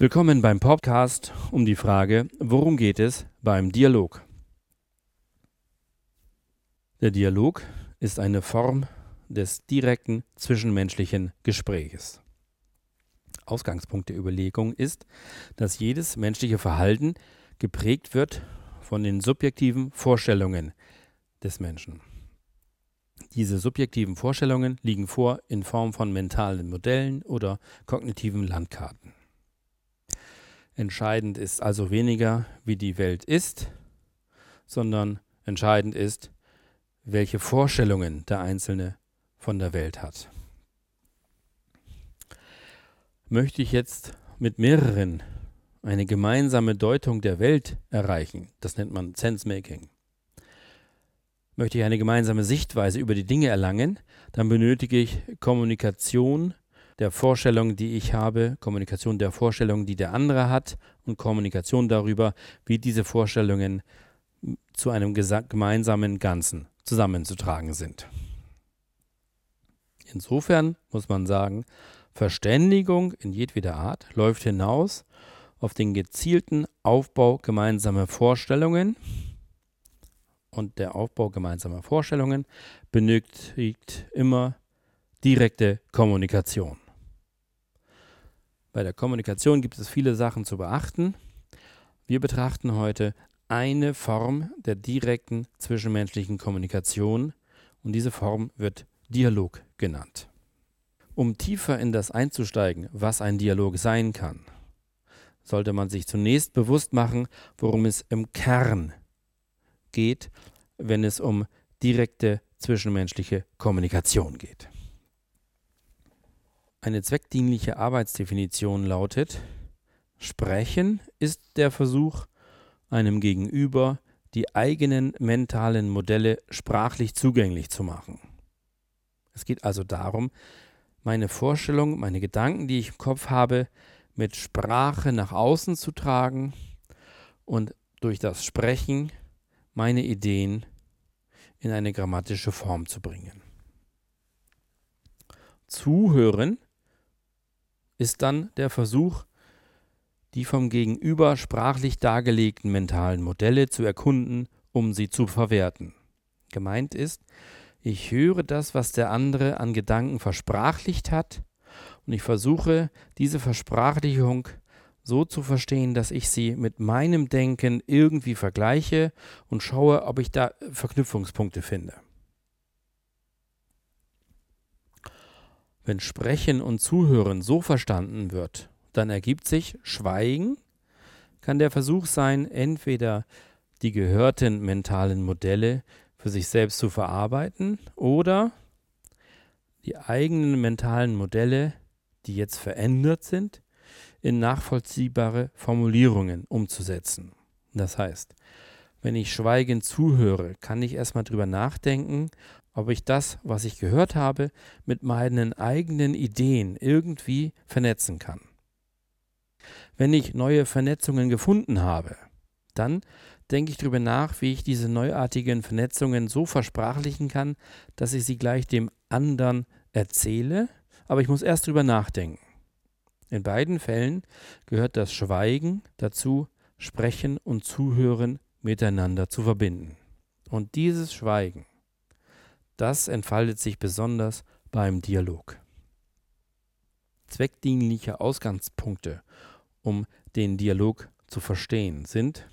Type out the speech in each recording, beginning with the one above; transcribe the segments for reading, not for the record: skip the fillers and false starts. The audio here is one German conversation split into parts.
Willkommen beim Podcast um die Frage, worum geht es beim Dialog? Der Dialog ist eine Form des direkten zwischenmenschlichen Gespräches. Ausgangspunkt der Überlegung ist, dass jedes menschliche Verhalten geprägt wird von den subjektiven Vorstellungen des Menschen. Diese subjektiven Vorstellungen liegen vor in Form von mentalen Modellen oder kognitiven Landkarten. Entscheidend ist also weniger, wie die Welt ist, sondern entscheidend ist, welche Vorstellungen der Einzelne von der Welt hat. Möchte ich jetzt mit mehreren eine gemeinsame Deutung der Welt erreichen, das nennt man Sense-Making. Möchte ich eine gemeinsame Sichtweise über die Dinge erlangen, dann benötige ich Kommunikation der Vorstellung, die ich habe, Kommunikation der Vorstellung, die der andere hat und Kommunikation darüber, wie diese Vorstellungen zu einem gemeinsamen Ganzen zusammenzutragen sind. Insofern muss man sagen, Verständigung in jedweder Art läuft hinaus auf den gezielten Aufbau gemeinsamer Vorstellungen. Und der Aufbau gemeinsamer Vorstellungen benötigt immer direkte Kommunikation. Bei der Kommunikation gibt es viele Sachen zu beachten. Wir betrachten heute eine Form der direkten zwischenmenschlichen Kommunikation und diese Form wird Dialog genannt. Um tiefer in das einzusteigen, was ein Dialog sein kann, sollte man sich zunächst bewusst machen, worum es im Kern geht, wenn es um direkte zwischenmenschliche Kommunikation geht. Eine zweckdienliche Arbeitsdefinition lautet: Sprechen ist der Versuch, einem Gegenüber die eigenen mentalen Modelle sprachlich zugänglich zu machen. Es geht also darum, meine Vorstellung, meine Gedanken, die ich im Kopf habe, mit Sprache nach außen zu tragen und durch das Sprechen meine Ideen in eine grammatische Form zu bringen. Zuhören ist dann der Versuch, die vom Gegenüber sprachlich dargelegten mentalen Modelle zu erkunden, um sie zu verwerten. Gemeint ist, ich höre das, was der andere an Gedanken versprachlicht hat, und ich versuche, diese Versprachlichung so zu verstehen, dass ich sie mit meinem Denken irgendwie vergleiche und schaue, ob ich da Verknüpfungspunkte finde. Wenn Sprechen und Zuhören so verstanden wird, dann ergibt sich Schweigen, kann der Versuch sein, entweder die gehörten mentalen Modelle für sich selbst zu verarbeiten oder die eigenen mentalen Modelle, die jetzt verändert sind, in nachvollziehbare Formulierungen umzusetzen. Das heißt, wenn ich schweigend zuhöre, kann ich erstmal drüber nachdenken, ob ich das, was ich gehört habe, mit meinen eigenen Ideen irgendwie vernetzen kann. Wenn ich neue Vernetzungen gefunden habe, dann denke ich darüber nach, wie ich diese neuartigen Vernetzungen so versprachlichen kann, dass ich sie gleich dem anderen erzähle, aber ich muss erst drüber nachdenken. In beiden Fällen gehört das Schweigen dazu, Sprechen und Zuhören miteinander zu verbinden. Und dieses Schweigen, das entfaltet sich besonders beim Dialog. Zweckdienliche Ausgangspunkte, um den Dialog zu verstehen, sind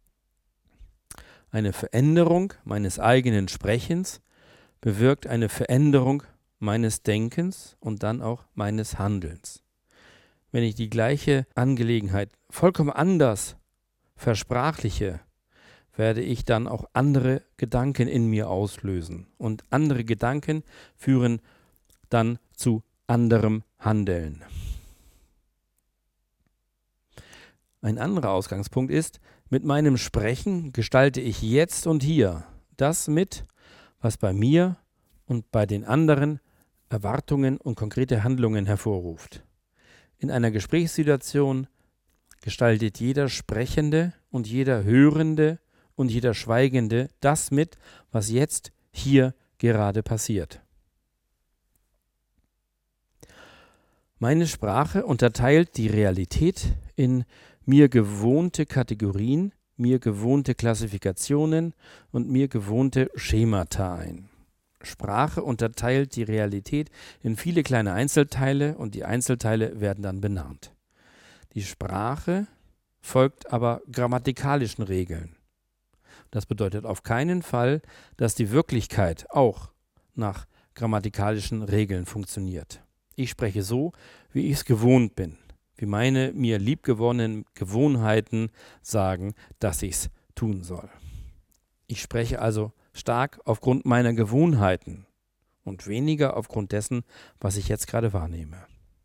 eine Veränderung meines eigenen Sprechens bewirkt eine Veränderung meines Denkens und dann auch meines Handelns. Wenn ich die gleiche Angelegenheit vollkommen anders versprachliche, werde ich dann auch andere Gedanken in mir auslösen. Und andere Gedanken führen dann zu anderem Handeln. Ein anderer Ausgangspunkt ist, mit meinem Sprechen gestalte ich jetzt und hier das mit, was bei mir und bei den anderen Erwartungen und konkrete Handlungen hervorruft. In einer Gesprächssituation gestaltet jeder Sprechende und jeder Hörende und jeder Schweigende das mit, was jetzt hier gerade passiert. Meine Sprache unterteilt die Realität in mir gewohnte Kategorien, mir gewohnte Klassifikationen und mir gewohnte Schemata ein. Sprache unterteilt die Realität in viele kleine Einzelteile und die Einzelteile werden dann benannt. Die Sprache folgt aber grammatikalischen Regeln. Das bedeutet auf keinen Fall, dass die Wirklichkeit auch nach grammatikalischen Regeln funktioniert. Ich spreche so, wie ich es gewohnt bin, wie meine mir liebgewonnenen Gewohnheiten sagen, dass ich es tun soll. Ich spreche also stark aufgrund meiner Gewohnheiten und weniger aufgrund dessen, was ich jetzt gerade wahrnehme.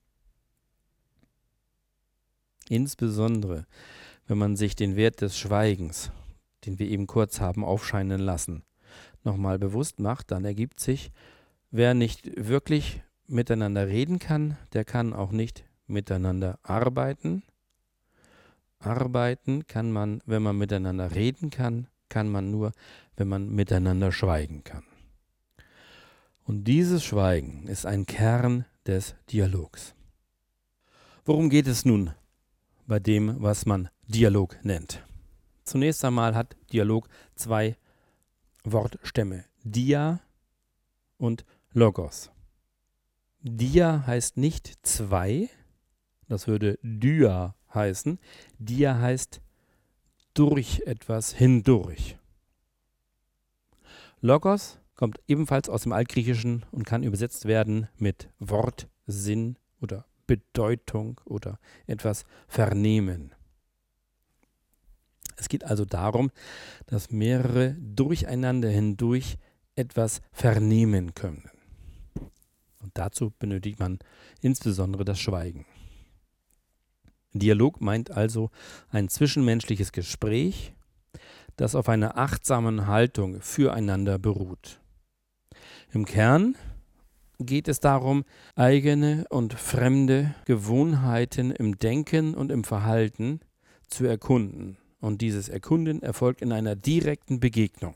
Insbesondere, wenn man sich den Wert des Schweigens, den wir eben kurz haben aufscheinen lassen, nochmal bewusst macht, dann ergibt sich, wer nicht wirklich miteinander reden kann, der kann auch nicht miteinander arbeiten. Arbeiten kann man, wenn man miteinander reden kann, kann man nur, wenn man miteinander schweigen kann. Und dieses Schweigen ist ein Kern des Dialogs. Worum geht es nun bei dem, was man Dialog nennt? Zunächst einmal hat Dialog zwei Wortstämme, Dia und Logos. Dia heißt nicht zwei, das würde Dia heißen. Dia heißt durch etwas hindurch. Logos kommt ebenfalls aus dem Altgriechischen und kann übersetzt werden mit Wort, Sinn oder Bedeutung oder etwas vernehmen. Es geht also darum, dass mehrere durcheinander hindurch etwas vernehmen können. Und dazu benötigt man insbesondere das Schweigen. Dialog meint also ein zwischenmenschliches Gespräch, das auf einer achtsamen Haltung füreinander beruht. Im Kern geht es darum, eigene und fremde Gewohnheiten im Denken und im Verhalten zu erkunden. Und dieses Erkunden erfolgt in einer direkten Begegnung.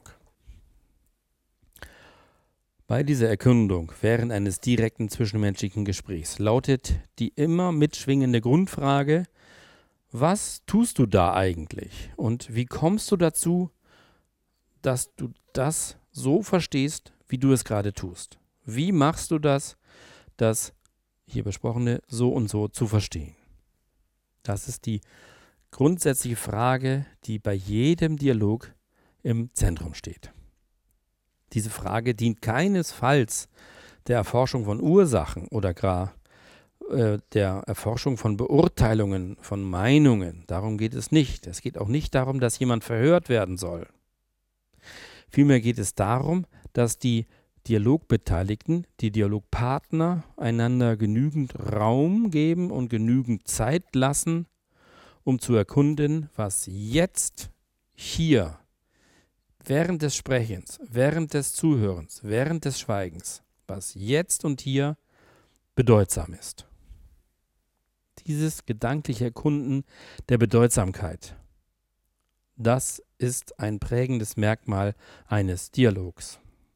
Bei dieser Erkundung während eines direkten zwischenmenschlichen Gesprächs lautet die immer mitschwingende Grundfrage: Was tust du da eigentlich? Und wie kommst du dazu, dass du das so verstehst, wie du es gerade tust? Wie machst du das hier Besprochene so und so zu verstehen? Das ist die grundsätzliche Frage, die bei jedem Dialog im Zentrum steht. Diese Frage dient keinesfalls der Erforschung von Ursachen oder gar der Erforschung von Beurteilungen, von Meinungen. Darum geht es nicht. Es geht auch nicht darum, dass jemand verhört werden soll. Vielmehr geht es darum, dass die Dialogbeteiligten, die Dialogpartner einander genügend Raum geben und genügend Zeit lassen, um zu erkunden, was jetzt hier während des Sprechens, während des Zuhörens, während des Schweigens, was jetzt und hier bedeutsam ist. Dieses gedankliche Erkunden der Bedeutsamkeit, das ist ein prägendes Merkmal eines Dialogs.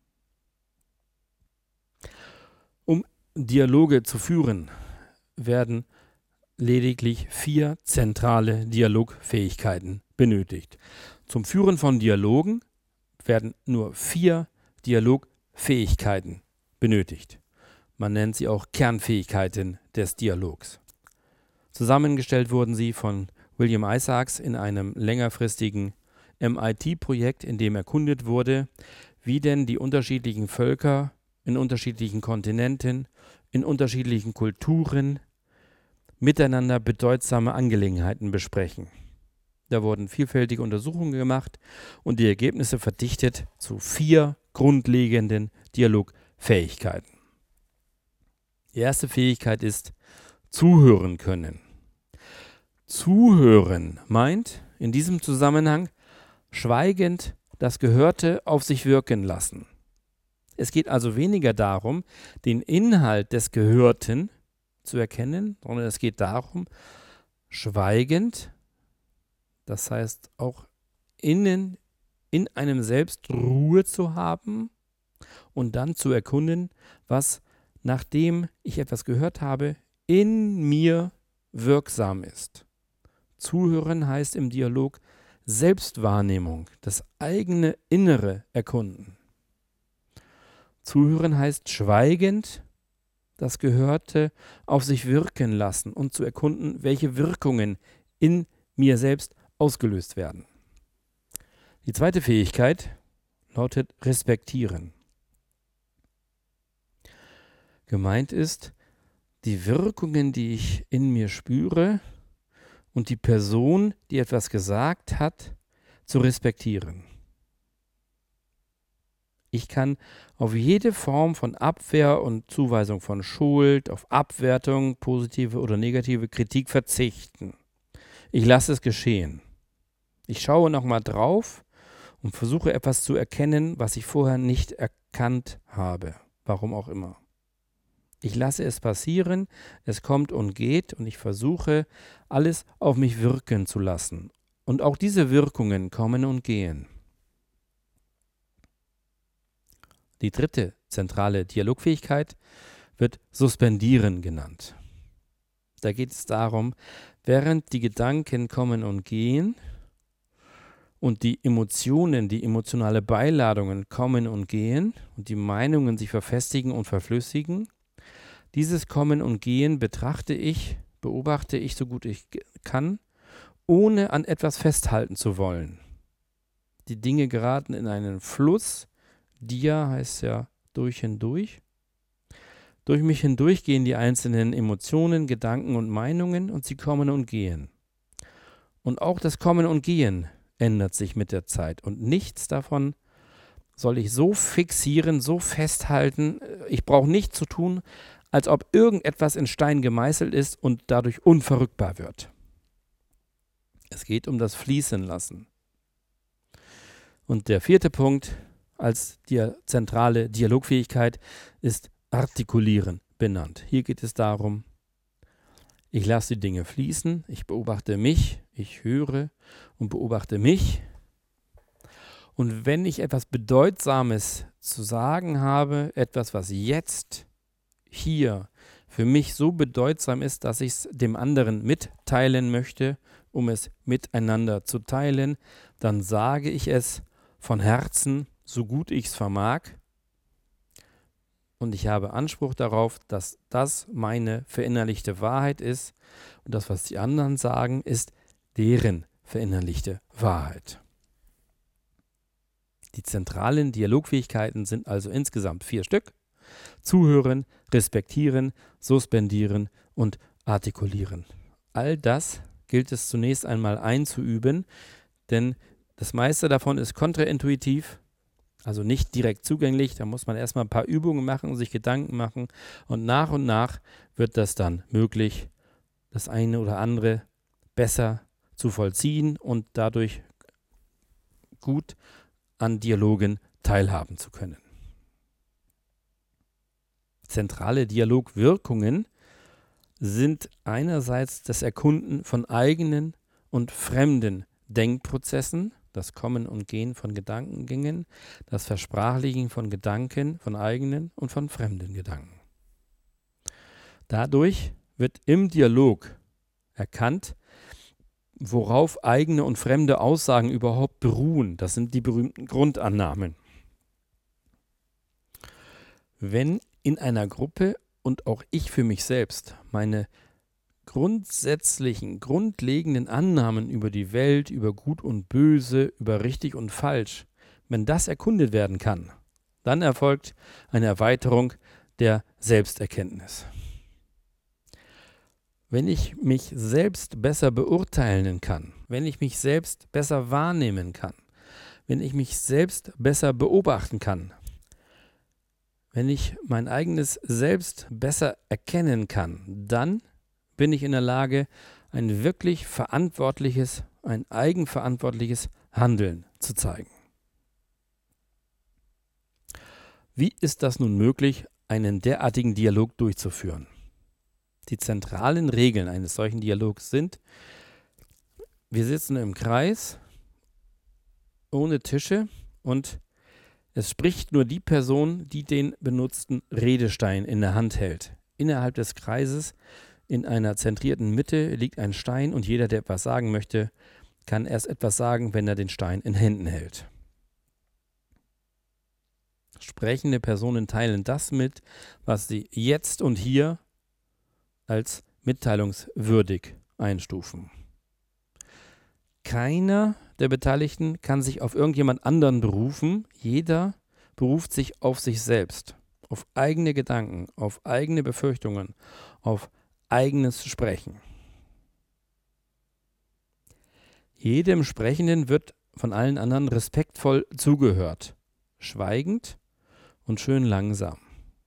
Um Dialoge zu führen, werden lediglich 4 zentrale Dialogfähigkeiten benötigt. Zum Führen von Dialogen werden nur 4 Dialogfähigkeiten benötigt. Man nennt sie auch Kernfähigkeiten des Dialogs. Zusammengestellt wurden sie von William Isaacs in einem längerfristigen MIT-Projekt, in dem erkundet wurde, wie denn die unterschiedlichen Völker in unterschiedlichen Kontinenten, in unterschiedlichen Kulturen miteinander bedeutsame Angelegenheiten besprechen. Da wurden vielfältige Untersuchungen gemacht und die Ergebnisse verdichtet zu 4 grundlegenden Dialogfähigkeiten. Die erste Fähigkeit ist zuhören können. Zuhören meint in diesem Zusammenhang schweigend das Gehörte auf sich wirken lassen. Es geht also weniger darum, den Inhalt des Gehörten zu erkennen, sondern es geht darum, schweigend, das heißt auch in einem selbst Ruhe zu haben und dann zu erkunden, was, nachdem ich etwas gehört habe, in mir wirksam ist. Zuhören heißt im Dialog Selbstwahrnehmung, das eigene Innere erkunden. Zuhören heißt schweigend das Gehörte auf sich wirken lassen und zu erkunden, welche Wirkungen in mir selbst ausgelöst werden. Die zweite Fähigkeit lautet respektieren. Gemeint ist, die Wirkungen, die ich in mir spüre und die Person, die etwas gesagt hat, zu respektieren. Ich kann auf jede Form von Abwehr und Zuweisung von Schuld, auf Abwertung, positive oder negative Kritik verzichten. Ich lasse es geschehen. Ich schaue nochmal drauf und versuche etwas zu erkennen, was ich vorher nicht erkannt habe. Warum auch immer. Ich lasse es passieren, es kommt und geht und ich versuche, alles auf mich wirken zu lassen. Und auch diese Wirkungen kommen und gehen. Die dritte zentrale Dialogfähigkeit wird Suspendieren genannt. Da geht es darum, während die Gedanken kommen und gehen und die Emotionen, die emotionale Beiladungen kommen und gehen und die Meinungen sich verfestigen und verflüssigen, dieses Kommen und Gehen beobachte ich so gut ich kann, ohne an etwas festhalten zu wollen. Die Dinge geraten in einen Fluss. Dia heißt ja durch hindurch. Durch mich hindurch gehen die einzelnen Emotionen, Gedanken und Meinungen und sie kommen und gehen. Und auch das Kommen und Gehen ändert sich mit der Zeit und nichts davon soll ich so fixieren, so festhalten. Ich brauche nichts zu tun, als ob irgendetwas in Stein gemeißelt ist und dadurch unverrückbar wird. Es geht um das Fließen lassen. Und der vierte Punkt als zentrale Dialogfähigkeit ist Artikulieren benannt. Hier geht es darum, ich lasse die Dinge fließen, ich beobachte mich, ich höre und beobachte mich. Und wenn ich etwas Bedeutsames zu sagen habe, etwas, was jetzt hier für mich so bedeutsam ist, dass ich es dem anderen mitteilen möchte, um es miteinander zu teilen, dann sage ich es von Herzen, so gut ich es vermag. Und ich habe Anspruch darauf, dass das meine verinnerlichte Wahrheit ist. Und das, was die anderen sagen, ist deren verinnerlichte Wahrheit. Die zentralen Dialogfähigkeiten sind also insgesamt 4 Stück. Zuhören, respektieren, suspendieren und artikulieren. All das gilt es zunächst einmal einzuüben, denn das meiste davon ist kontraintuitiv, also nicht direkt zugänglich. Da muss man erstmal ein paar Übungen machen und sich Gedanken machen und nach wird das dann möglich, das eine oder andere besser zu vollziehen und dadurch gut an Dialogen teilhaben zu können. Zentrale Dialogwirkungen sind einerseits das Erkunden von eigenen und fremden Denkprozessen, das Kommen und Gehen von Gedankengängen, das Versprachlichen von Gedanken, von eigenen und von fremden Gedanken. Dadurch wird im Dialog erkannt, worauf eigene und fremde Aussagen überhaupt beruhen. Das sind die berühmten Grundannahmen. Wenn in einer Gruppe und auch ich für mich selbst meine grundsätzlichen, grundlegenden Annahmen über die Welt, über Gut und Böse, über richtig und falsch, wenn das erkundet werden kann, dann erfolgt eine Erweiterung der Selbsterkenntnis. Wenn ich mich selbst besser beurteilen kann, wenn ich mich selbst besser wahrnehmen kann, wenn ich mich selbst besser beobachten kann, wenn ich mein eigenes Selbst besser erkennen kann, dann bin ich in der Lage, ein wirklich verantwortliches, ein eigenverantwortliches Handeln zu zeigen. Wie ist das nun möglich, einen derartigen Dialog durchzuführen? Die zentralen Regeln eines solchen Dialogs sind: Wir sitzen im Kreis, ohne Tische und es spricht nur die Person, die den benutzten Redestein in der Hand hält. Innerhalb des Kreises In einer zentrierten Mitte liegt ein Stein und jeder, der etwas sagen möchte, kann erst etwas sagen, wenn er den Stein in Händen hält. Sprechende Personen teilen das mit, was sie jetzt und hier als mitteilungswürdig einstufen. Keiner der Beteiligten kann sich auf irgendjemand anderen berufen. Jeder beruft sich auf sich selbst, auf eigene Gedanken, auf eigene Befürchtungen, auf eigenes Sprechen. Jedem Sprechenden wird von allen anderen respektvoll zugehört, schweigend und schön langsam.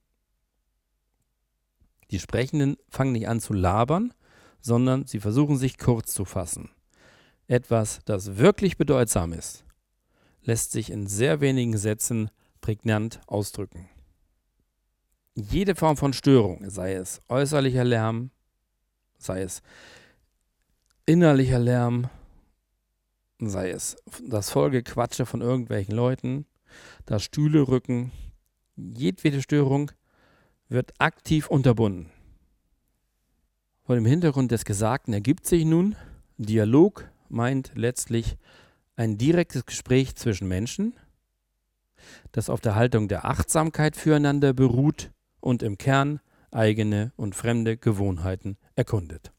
Die Sprechenden fangen nicht an zu labern, sondern sie versuchen sich kurz zu fassen. Etwas, das wirklich bedeutsam ist, lässt sich in sehr wenigen Sätzen prägnant ausdrücken. Jede Form von Störung, sei es äußerlicher Lärm, sei es innerlicher Lärm, sei es das Vollgequatsche von irgendwelchen Leuten, das Stühle rücken, jedwede Störung wird aktiv unterbunden. Vor dem Hintergrund des Gesagten ergibt sich nun, Dialog meint letztlich ein direktes Gespräch zwischen Menschen, das auf der Haltung der Achtsamkeit füreinander beruht und im Kern eigene und fremde Gewohnheiten erkundet.